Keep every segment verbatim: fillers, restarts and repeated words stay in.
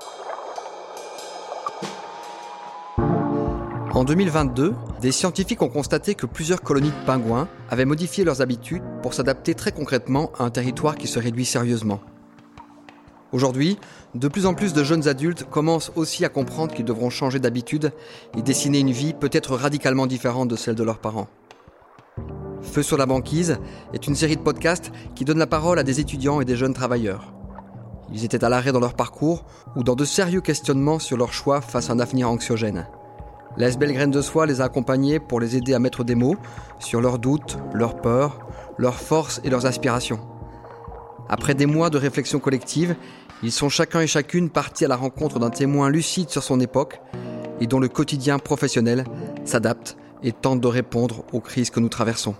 En deux mille vingt-deux, des scientifiques ont constaté que plusieurs colonies de pingouins avaient modifié leurs habitudes pour s'adapter très concrètement à un territoire qui se réduit sérieusement. Aujourd'hui, de plus en plus de jeunes adultes commencent aussi à comprendre qu'ils devront changer d'habitude et dessiner une vie peut-être radicalement différente de celle de leurs parents. Feu sur la banquise est une série de podcasts qui donne la parole à des étudiants et des jeunes travailleurs. Ils étaient à l'arrêt dans leur parcours ou dans de sérieux questionnements sur leur choix face à un avenir anxiogène. La S B L Graines de Soie les a accompagnés pour les aider à mettre des mots sur leurs doutes, leurs peurs, leurs forces et leurs aspirations. Après des mois de réflexion collective, ils sont chacun et chacune partis à la rencontre d'un témoin lucide sur son époque et dont le quotidien professionnel s'adapte et tente de répondre aux crises que nous traversons.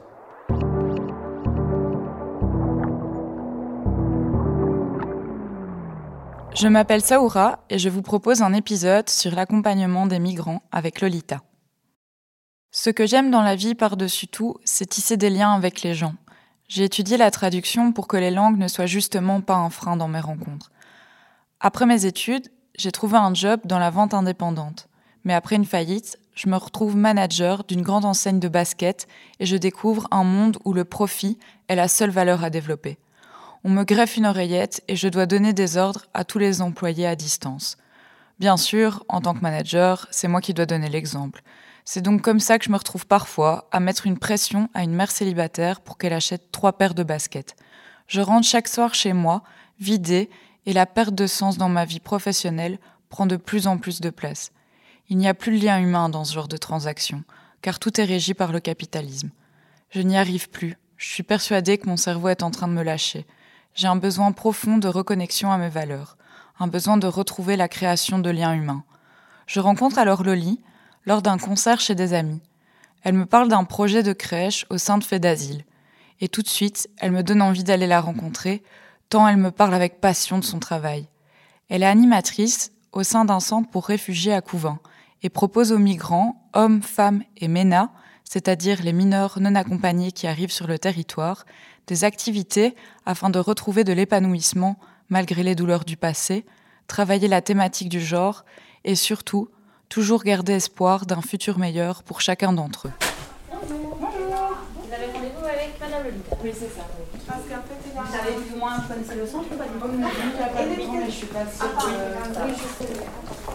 Je m'appelle Saoura et je vous propose un épisode sur l'accompagnement des migrants avec Lolita. Ce que j'aime dans la vie par-dessus tout, c'est tisser des liens avec les gens. J'ai étudié la traduction pour que les langues ne soient justement pas un frein dans mes rencontres. Après mes études, j'ai trouvé un job dans la vente indépendante. Mais après une faillite, je me retrouve manager d'une grande enseigne de basket et je découvre un monde où le profit est la seule valeur à développer. On me greffe une oreillette et je dois donner des ordres à tous les employés à distance. Bien sûr, en tant que manager, c'est moi qui dois donner l'exemple. C'est donc comme ça que je me retrouve parfois à mettre une pression à une mère célibataire pour qu'elle achète trois paires de baskets. Je rentre chaque soir chez moi, vidée, et la perte de sens dans ma vie professionnelle prend de plus en plus de place. Il n'y a plus de lien humain dans ce genre de transaction, car tout est régi par le capitalisme. Je n'y arrive plus. Je suis persuadée que mon cerveau est en train de me lâcher. J'ai un besoin profond de reconnexion à mes valeurs, un besoin de retrouver la création de liens humains. Je rencontre alors Loli lors d'un concert chez des amis. Elle me parle d'un projet de crèche au sein de Fait d'Asile. Et tout de suite, elle me donne envie d'aller la rencontrer, tant elle me parle avec passion de son travail. Elle est animatrice au sein d'un centre pour réfugiés à Couvain et propose aux migrants, hommes, femmes et MENA, c'est-à-dire les mineurs non accompagnés qui arrivent sur le territoire, des activités afin de retrouver de l'épanouissement malgré les douleurs du passé, travailler la thématique du genre et surtout, toujours garder espoir d'un futur meilleur pour chacun d'entre eux. Bonjour. Bonjour. Vous avez rendez-vous avec Madame Lolita. Oui, c'est ça. Oui. Parce qu'en fait, il a... Vous avez plus ou moins connaissé le centre ou pas du tout? Il n'y a pas de temps, mais je suis pas sûre. Ah, que... oui, je sais.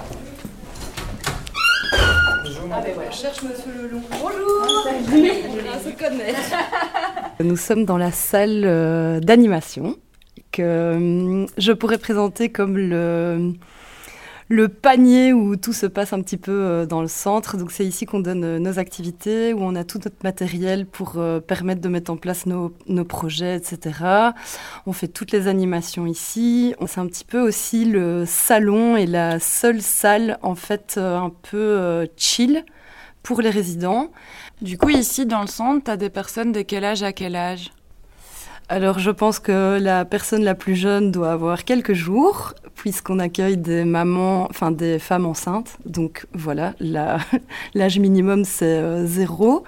Ah ben voilà, je cherche Monsieur Lelon. Bonjour. Salut. On se connaît. Nous sommes dans la salle euh, d'animation que euh, je pourrais présenter comme le, le panier où tout se passe un petit peu euh, dans le centre. Donc c'est ici qu'on donne euh, nos activités, où on a tout notre matériel pour euh, permettre de mettre en place nos, nos projets, et cetera. On fait toutes les animations ici. C'est un petit peu aussi le salon et la seule salle en fait euh, un peu euh, chill pour les résidents. Du coup, ici, dans le centre, tu as des personnes de quel âge à quel âge? Alors, je pense que la personne la plus jeune doit avoir quelques jours, puisqu'on accueille des mamans, enfin des femmes enceintes. Donc, voilà, la, l'âge minimum, c'est euh, zéro.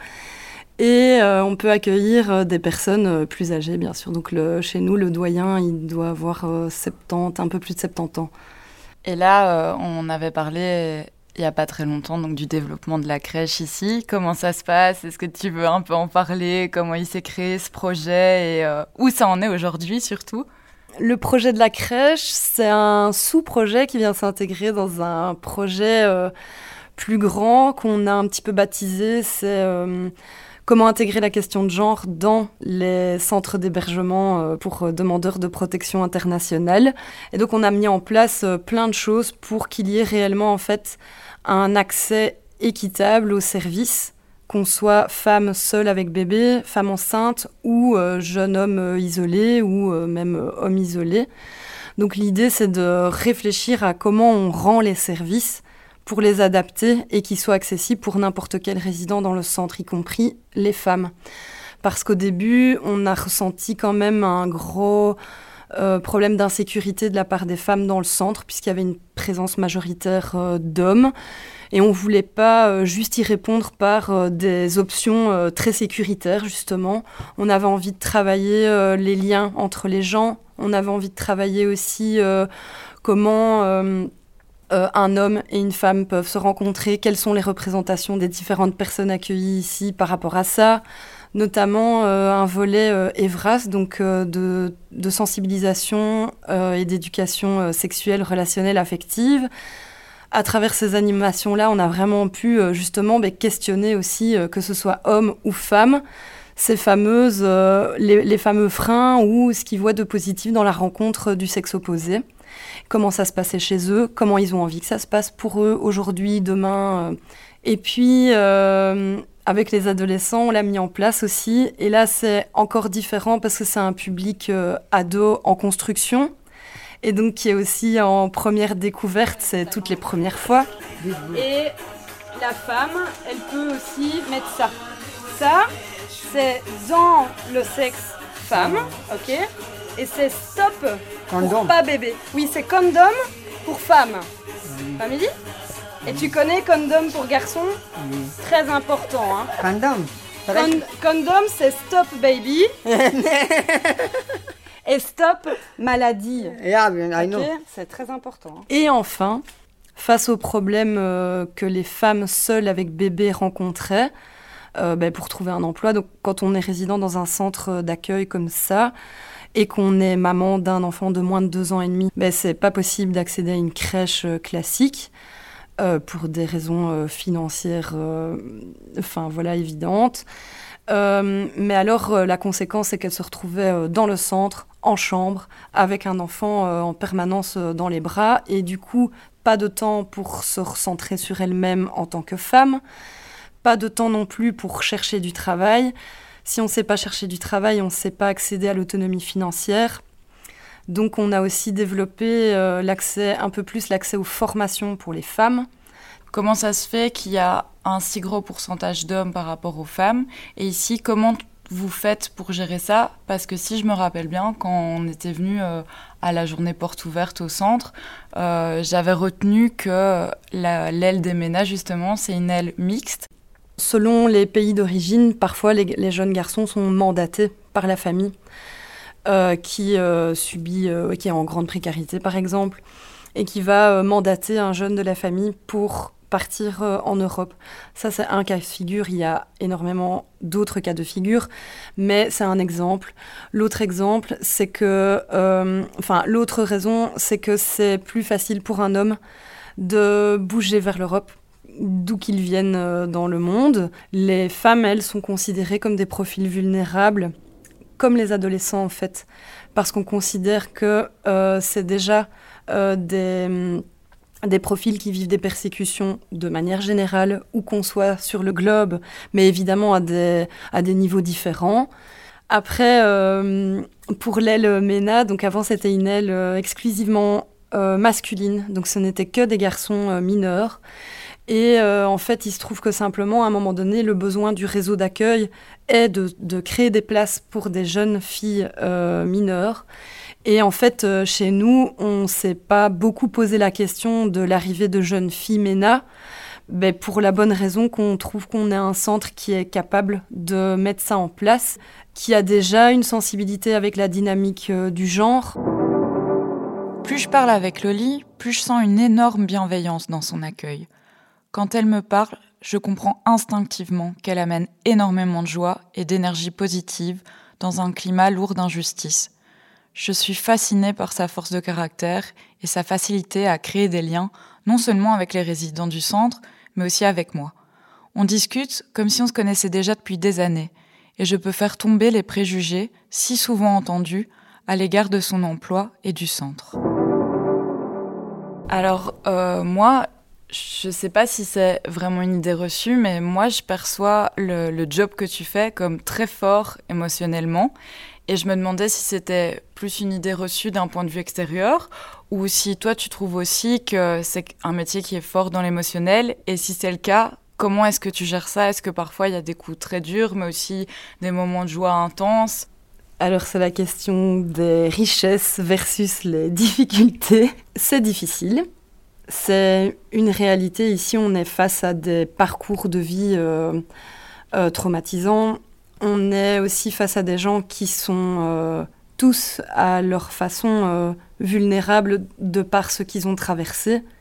Et euh, on peut accueillir euh, des personnes euh, plus âgées, bien sûr. Donc, le, chez nous, le doyen, il doit avoir euh, soixante-dix, un peu plus de soixante-dix ans. Et là, euh, on avait parlé... il n'y a pas très longtemps, donc du développement de la crèche ici. Comment ça se passe? Est-ce que tu veux un peu en parler? Comment il s'est créé ce projet et euh, où ça en est aujourd'hui surtout? Le projet de la crèche, c'est un sous-projet qui vient s'intégrer dans un projet euh, plus grand qu'on a un petit peu baptisé. C'est euh, comment intégrer la question de genre dans les centres d'hébergement euh, pour euh, demandeurs de protection internationale. Et donc on a mis en place euh, plein de choses pour qu'il y ait réellement en fait un accès équitable aux services, qu'on soit femme seule avec bébé, femme enceinte ou euh, jeune homme euh, isolé ou euh, même euh, homme isolé. Donc l'idée, c'est de réfléchir à comment on rend les services pour les adapter et qu'ils soient accessibles pour n'importe quel résident dans le centre, y compris les femmes. Parce qu'au début, on a ressenti quand même un gros euh, problème d'insécurité de la part des femmes dans le centre, puisqu'il y avait une présence majoritaire euh, d'hommes. Et on ne voulait pas euh, juste y répondre par euh, des options euh, très sécuritaires, justement. On avait envie de travailler euh, les liens entre les gens. On avait envie de travailler aussi euh, comment euh, euh, un homme et une femme peuvent se rencontrer, quelles sont les représentations des différentes personnes accueillies ici par rapport à ça, notamment euh, un volet euh, EVRAS, donc euh, de, de sensibilisation euh, et d'éducation euh, sexuelle, relationnelle, affective. À travers ces animations-là, on a vraiment pu euh, justement bah, questionner aussi, euh, que ce soit homme ou femme, ces fameuses, euh, les, les fameux freins ou ce qu'ils voient de positif dans la rencontre du sexe opposé. Comment ça se passait chez eux, comment ils ont envie que ça se passe pour eux aujourd'hui, demain. Et puis, euh, avec les adolescents, on l'a mis en place aussi. Et là, c'est encore différent parce que c'est un public euh, ado en construction. Et donc, qui est aussi en première découverte, c'est toutes les premières fois. Et la femme, elle peut aussi mettre ça. Ça, c'est dans le sexe femme, ok ? Et c'est stop Condom. pour pas bébé. Oui, c'est condom pour femme. Pas Amélie ? Et tu connais condom pour garçon ? Oui. Très important. Hein. Condom. Con- condom, c'est stop baby. Et stop maladie. Yeah, I know. Ok, c'est très important. Hein. Et enfin, face aux problèmes euh, que les femmes seules avec bébé rencontraient, euh, ben, pour trouver un emploi, donc quand on est résident dans un centre d'accueil comme ça, et qu'on est maman d'un enfant de moins de deux ans et demi, ben, c'est pas possible d'accéder à une crèche euh, classique euh, pour des raisons euh, financières, euh, enfin voilà, évidentes. Euh, mais alors, euh, la conséquence, c'est qu'elle se retrouvait euh, dans le centre, en chambre, avec un enfant euh, en permanence euh, dans les bras, et du coup, pas de temps pour se recentrer sur elle-même en tant que femme, pas de temps non plus pour chercher du travail. Si on ne sait pas chercher du travail, on ne sait pas accéder à l'autonomie financière. Donc, on a aussi développé euh, l'accès, un peu plus l'accès aux formations pour les femmes. Comment ça se fait qu'il y a un si gros pourcentage d'hommes par rapport aux femmes ? Et ici, comment vous faites pour gérer ça ? Parce que si je me rappelle bien, quand on était venu euh, à la journée porte ouverte au centre, euh, j'avais retenu que la, l'aile des MENA, justement, c'est une aile mixte. Selon les pays d'origine, parfois les, les jeunes garçons sont mandatés par la famille euh, qui euh, subit, euh, qui est en grande précarité par exemple, et qui va euh, mandater un jeune de la famille pour partir euh, en Europe. Ça, c'est un cas de figure. Il y a énormément d'autres cas de figure, mais c'est un exemple. L'autre exemple, c'est que, euh, enfin, l'autre raison, c'est que c'est plus facile pour un homme de bouger vers l'Europe, d'où qu'ils viennent euh, dans le monde. Les femmes, elles, sont considérées comme des profils vulnérables, comme les adolescents en fait, parce qu'on considère que euh, c'est déjà euh, des, des profils qui vivent des persécutions de manière générale, où qu'on soit sur le globe, mais évidemment à des, à des niveaux différents. Après, euh, pour l'aile MENA, donc avant c'était une aile euh, exclusivement euh, masculine, donc ce n'était que des garçons euh, mineurs. Et euh, en fait, il se trouve que simplement, à un moment donné, le besoin du réseau d'accueil est de, de créer des places pour des jeunes filles euh, mineures. Et en fait, euh, chez nous, on ne s'est pas beaucoup posé la question de l'arrivée de jeunes filles MENA, ben pour la bonne raison qu'on trouve qu'on est un centre qui est capable de mettre ça en place, qui a déjà une sensibilité avec la dynamique euh, du genre. Plus je parle avec Loli, plus je sens une énorme bienveillance dans son accueil. Quand elle me parle, je comprends instinctivement qu'elle amène énormément de joie et d'énergie positive dans un climat lourd d'injustice. Je suis fascinée par sa force de caractère et sa facilité à créer des liens, non seulement avec les résidents du centre, mais aussi avec moi. On discute comme si on se connaissait déjà depuis des années, et je peux faire tomber les préjugés, si souvent entendus, à l'égard de son emploi et du centre. Alors, euh, moi... Je ne sais pas si c'est vraiment une idée reçue, mais moi, je perçois le, le job que tu fais comme très fort émotionnellement. Et je me demandais si c'était plus une idée reçue d'un point de vue extérieur ou si toi, tu trouves aussi que c'est un métier qui est fort dans l'émotionnel. Et si c'est le cas, comment est-ce que tu gères ça ? Est-ce que parfois, il y a des coups très durs, mais aussi des moments de joie intenses ? Alors, c'est la question des richesses versus les difficultés. C'est difficile. C'est une réalité. Ici, on est face à des parcours de vie euh, euh, traumatisants. On est aussi face à des gens qui sont euh, tous, à leur façon, euh, vulnérables de par ce qu'ils ont traversé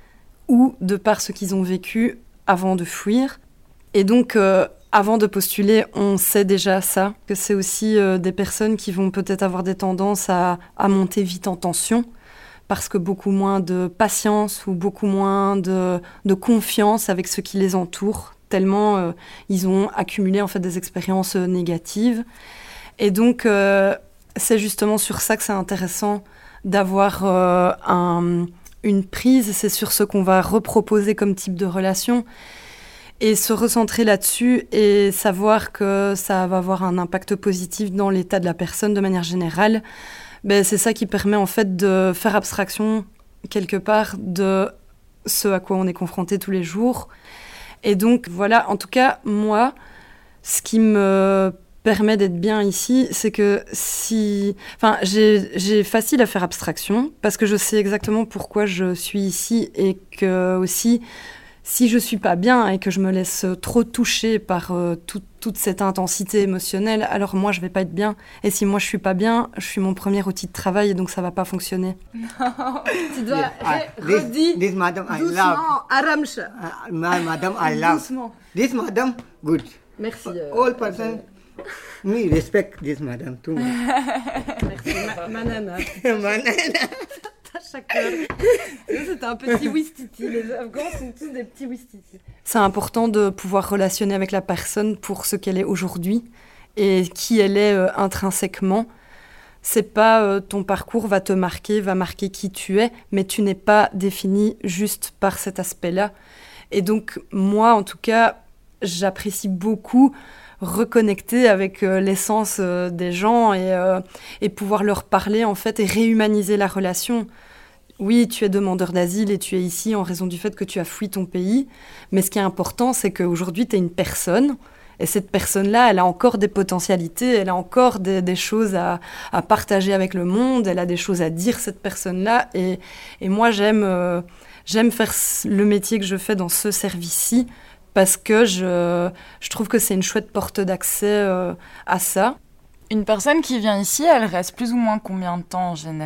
ou de par ce qu'ils ont vécu avant de fuir. Et donc, euh, avant de postuler, on sait déjà ça, que c'est aussi euh, des personnes qui vont peut-être avoir des tendances à, à monter vite en tension, parce que beaucoup moins de patience ou beaucoup moins de, de confiance avec ceux qui les entourent, tellement euh, ils ont accumulé en fait des expériences euh, négatives. Et donc, euh, c'est justement sur ça que c'est intéressant d'avoir euh, un, une prise, c'est sur ce qu'on va reproposer comme type de relation, et se recentrer là-dessus et savoir que ça va avoir un impact positif dans l'état de la personne de manière générale. Ben, c'est ça qui permet en fait de faire abstraction quelque part de ce à quoi on est confronté tous les jours. Et donc voilà, en tout cas, moi, ce qui me permet d'être bien ici, c'est que si... Enfin, j'ai, j'ai facile à faire abstraction parce que je sais exactement pourquoi je suis ici et que aussi... Si je ne suis pas bien et que je me laisse trop toucher par euh, tout, toute cette intensité émotionnelle, alors moi, je ne vais pas être bien. Et si moi, je ne suis pas bien, je suis mon premier outil de travail et donc ça ne va pas fonctionner. Non, tu dois Yes. Ah, redire this, this madam I love. doucement, Aramche. Uh, my madam I love. Doucement. This madam good. Merci. euh, All person me respect this madam too. Merci, ma, ma nana. Man, C'est un petit Ouistiti. Les Afghans sont tous des petits Ouistiti. C'est important de pouvoir relationner avec la personne pour ce qu'elle est aujourd'hui et qui elle est euh, intrinsèquement. C'est pas euh, ton parcours va te marquer, va marquer qui tu es, mais tu n'es pas défini juste par cet aspect-là. Et donc, moi, en tout cas, j'apprécie beaucoup reconnecter avec euh, l'essence euh, des gens et, euh, et pouvoir leur parler, en fait, et réhumaniser la relation. Oui, tu es demandeur d'asile et tu es ici en raison du fait que tu as fui ton pays, mais ce qui est important, c'est qu'aujourd'hui, tu es une personne, et cette personne-là, elle a encore des potentialités, elle a encore des, des choses à, à partager avec le monde, elle a des choses à dire, cette personne-là, et, et moi, j'aime, euh, j'aime faire le métier que je fais dans ce service-ci, parce que je, je trouve que c'est une chouette porte d'accès euh, à ça. Une personne qui vient ici, elle reste plus ou moins combien de temps en général ?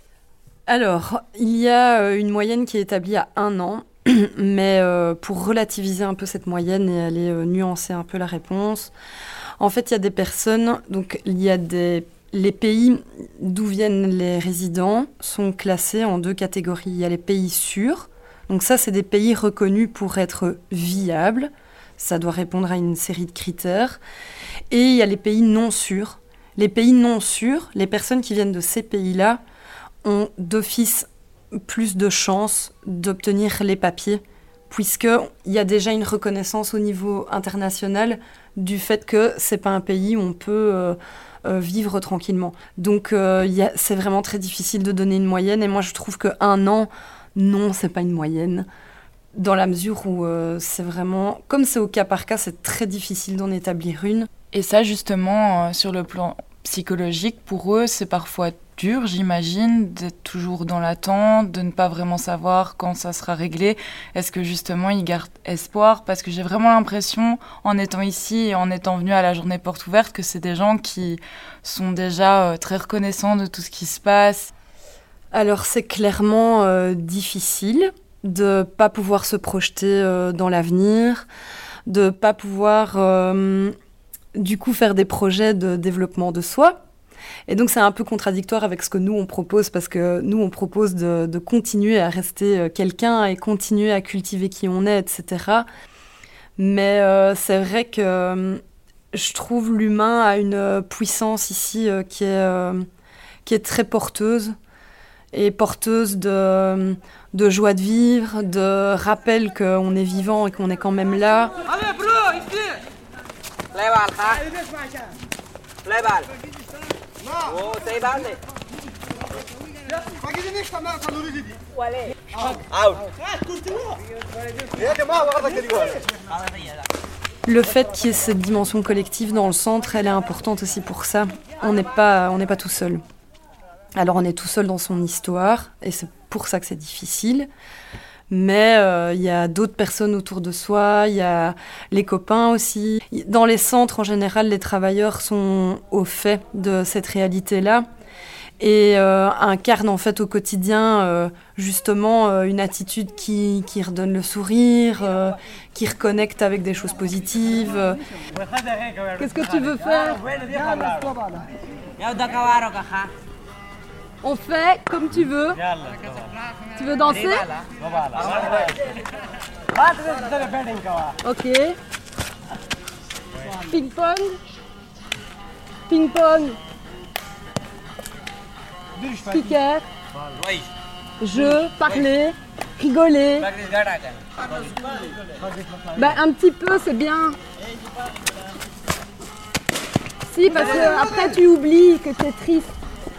Alors, il y a une moyenne qui est établie à un an, mais euh, pour relativiser un peu cette moyenne et aller euh, nuancer un peu la réponse, en fait, il y a des personnes, donc il y a des... Les pays d'où viennent les résidents sont classés en deux catégories. Il y a les pays sûrs, donc ça, c'est des pays reconnus pour être viables, ça doit répondre à une série de critères, et il y a les pays non sûrs. Les pays non sûrs, les personnes qui viennent de ces pays-là, ont d'office plus de chances d'obtenir les papiers, puisqu'il y a déjà une reconnaissance au niveau international du fait que ce n'est pas un pays où on peut euh, euh, vivre tranquillement. Donc euh, y a, c'est vraiment très difficile de donner une moyenne, et moi je trouve qu'un an, non, ce n'est pas une moyenne, dans la mesure où euh, c'est vraiment, comme c'est au cas par cas, c'est très difficile d'en établir une. Et ça justement, euh, sur le plan psychologique, pour eux, c'est parfois dur, j'imagine, d'être toujours dans l'attente, de ne pas vraiment savoir quand ça sera réglé. Est-ce que justement ils gardent espoir ? Parce que j'ai vraiment l'impression, en étant ici et en étant venue à la journée porte ouverte, que c'est des gens qui sont déjà euh, très reconnaissants de tout ce qui se passe. Alors c'est clairement euh, difficile de ne pas pouvoir se projeter euh, dans l'avenir, de ne pas pouvoir euh, du coup faire des projets de développement de soi. Et donc c'est un peu contradictoire avec ce que nous on propose, parce que nous on propose de, de continuer à rester quelqu'un et continuer à cultiver qui on est, et cetera. Mais euh, c'est vrai que euh, je trouve l'humain a une puissance ici euh, qui, est, euh, qui est très porteuse, et porteuse de, de joie de vivre, de rappel qu'on est vivant et qu'on est quand même là. Le fait qu'il y ait cette dimension collective dans le centre, elle est importante aussi pour ça. On n'est pas, on n'est pas tout seul. Alors on est tout seul dans son histoire, et c'est pour ça que c'est difficile. Mais il euh, y a d'autres personnes autour de soi, il y a les copains aussi. Dans les centres, en général, les travailleurs sont au fait de cette réalité-là. et euh, incarne en fait au quotidien euh, justement euh, une attitude qui, qui redonne le sourire, euh, qui reconnecte avec des choses positives. Qu'est-ce que tu veux faire? On fait comme tu veux. Tu veux danser? Ok. Ping-pong. Ping-pong. Speaker. Jeu, parler, rigoler. Ben, un petit peu, c'est bien. Si, parce que après tu oublies que tu es triste.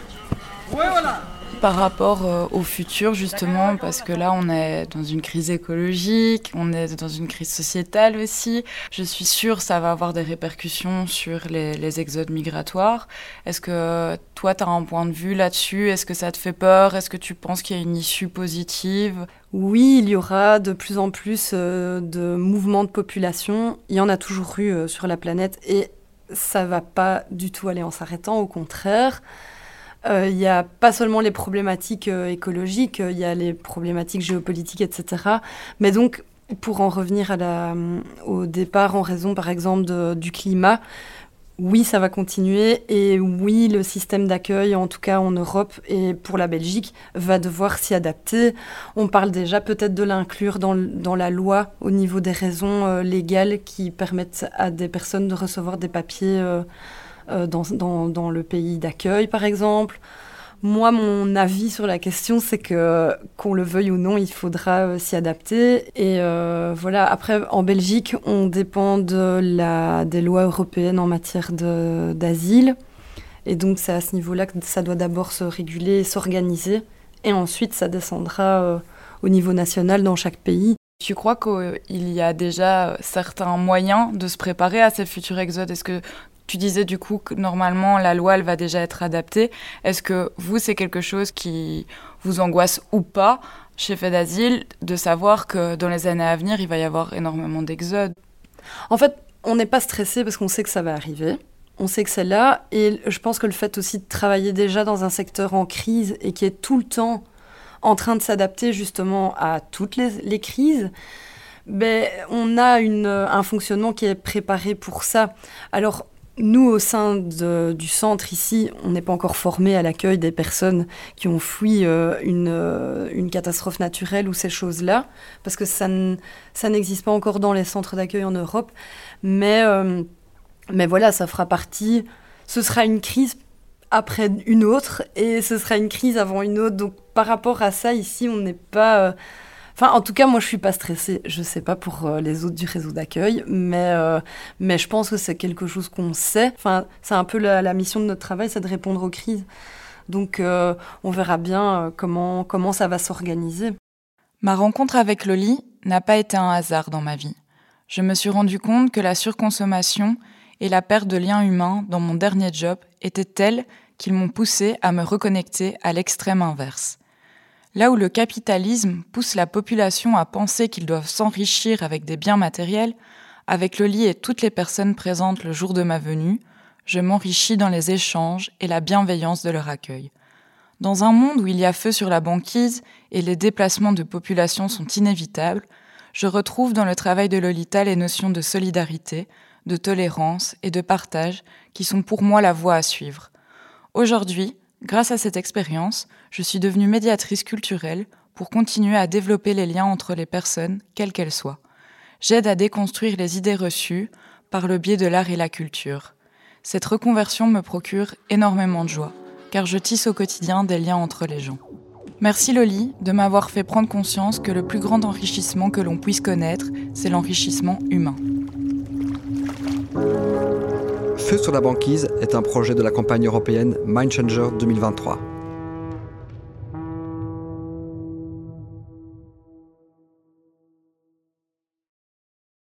Par rapport euh, au futur, justement, parce que là, on est dans une crise écologique, on est dans une crise sociétale aussi. Je suis sûre que ça va avoir des répercussions sur les, les exodes migratoires. Est-ce que toi, tu as un point de vue là-dessus? Est-ce que ça te fait peur? Est-ce que tu penses qu'il y a une issue positive? Oui, il y aura de plus en plus euh, de mouvements de population. Il y en a toujours eu euh, sur la planète et ça ne va pas du tout aller en s'arrêtant, au contraire. Il euh, n'y a pas seulement les problématiques euh, écologiques, il euh, y a les problématiques géopolitiques, et cetera. Mais donc, pour en revenir à la, au départ, en raison, par exemple, de, du climat, oui, ça va continuer. Et oui, le système d'accueil, en tout cas en Europe et pour la Belgique, va devoir s'y adapter. On parle déjà peut-être de l'inclure dans, dans la loi au niveau des raisons euh, légales qui permettent à des personnes de recevoir des papiers euh, Dans, dans, dans le pays d'accueil, par exemple. Moi, mon avis sur la question, c'est que, qu'on le veuille ou non, il faudra euh, s'y adapter. Et euh, voilà, après, en Belgique, on dépend de la, des lois européennes en matière de, d'asile. Et donc, c'est à ce niveau-là que ça doit d'abord se réguler et s'organiser. Et ensuite, ça descendra euh, au niveau national dans chaque pays. Tu crois qu'il y a déjà certains moyens de se préparer à ces futurs exodes? Est-ce que tu disais du coup que normalement la loi elle va déjà être adaptée. Est-ce que vous, c'est quelque chose qui vous angoisse ou pas chez Fait d'Asile de savoir que dans les années à venir, il va y avoir énormément d'exodes? En fait, on n'est pas stressé parce qu'on sait que ça va arriver. On sait que c'est là. Et je pense que le fait aussi de travailler déjà dans un secteur en crise et qui est tout le temps en train de s'adapter justement à toutes les, les crises, ben, on a une, un fonctionnement qui est préparé pour ça. Alors, nous, au sein de, du centre ici, on n'est pas encore formés à l'accueil des personnes qui ont fui euh, une, euh, une catastrophe naturelle ou ces choses-là, parce que ça, n- ça n'existe pas encore dans les centres d'accueil en Europe. Mais, euh, mais voilà, ça fera partie. Ce sera une crise après une autre, et ce sera une crise avant une autre. Donc, par rapport à ça, ici, on n'est pas... Euh, Enfin, en tout cas, moi, je suis pas stressée. Je sais pas pour euh, les autres du réseau d'accueil, mais, euh, mais je pense que c'est quelque chose qu'on sait. Enfin, c'est un peu la, la mission de notre travail, c'est de répondre aux crises. Donc, euh, on verra bien euh, comment, comment ça va s'organiser. Ma rencontre avec Loli n'a pas été un hasard dans ma vie. Je me suis rendu compte que la surconsommation et la perte de liens humains dans mon dernier job étaient telles qu'ils m'ont poussée à me reconnecter à l'extrême inverse. Là où le capitalisme pousse la population à penser qu'ils doivent s'enrichir avec des biens matériels, avec Loli et toutes les personnes présentes le jour de ma venue, je m'enrichis dans les échanges et la bienveillance de leur accueil. Dans un monde où il y a feu sur la banquise et les déplacements de population sont inévitables, je retrouve dans le travail de Lolita les notions de solidarité, de tolérance et de partage qui sont pour moi la voie à suivre. Aujourd'hui, grâce à cette expérience, je suis devenue médiatrice culturelle pour continuer à développer les liens entre les personnes, quelles qu'elles soient. J'aide à déconstruire les idées reçues par le biais de l'art et la culture. Cette reconversion me procure énormément de joie, car je tisse au quotidien des liens entre les gens. Merci Loli de m'avoir fait prendre conscience que le plus grand enrichissement que l'on puisse connaître, c'est l'enrichissement humain. Feu sur la banquise est un projet de la campagne européenne Mindchanger deux mille vingt-trois.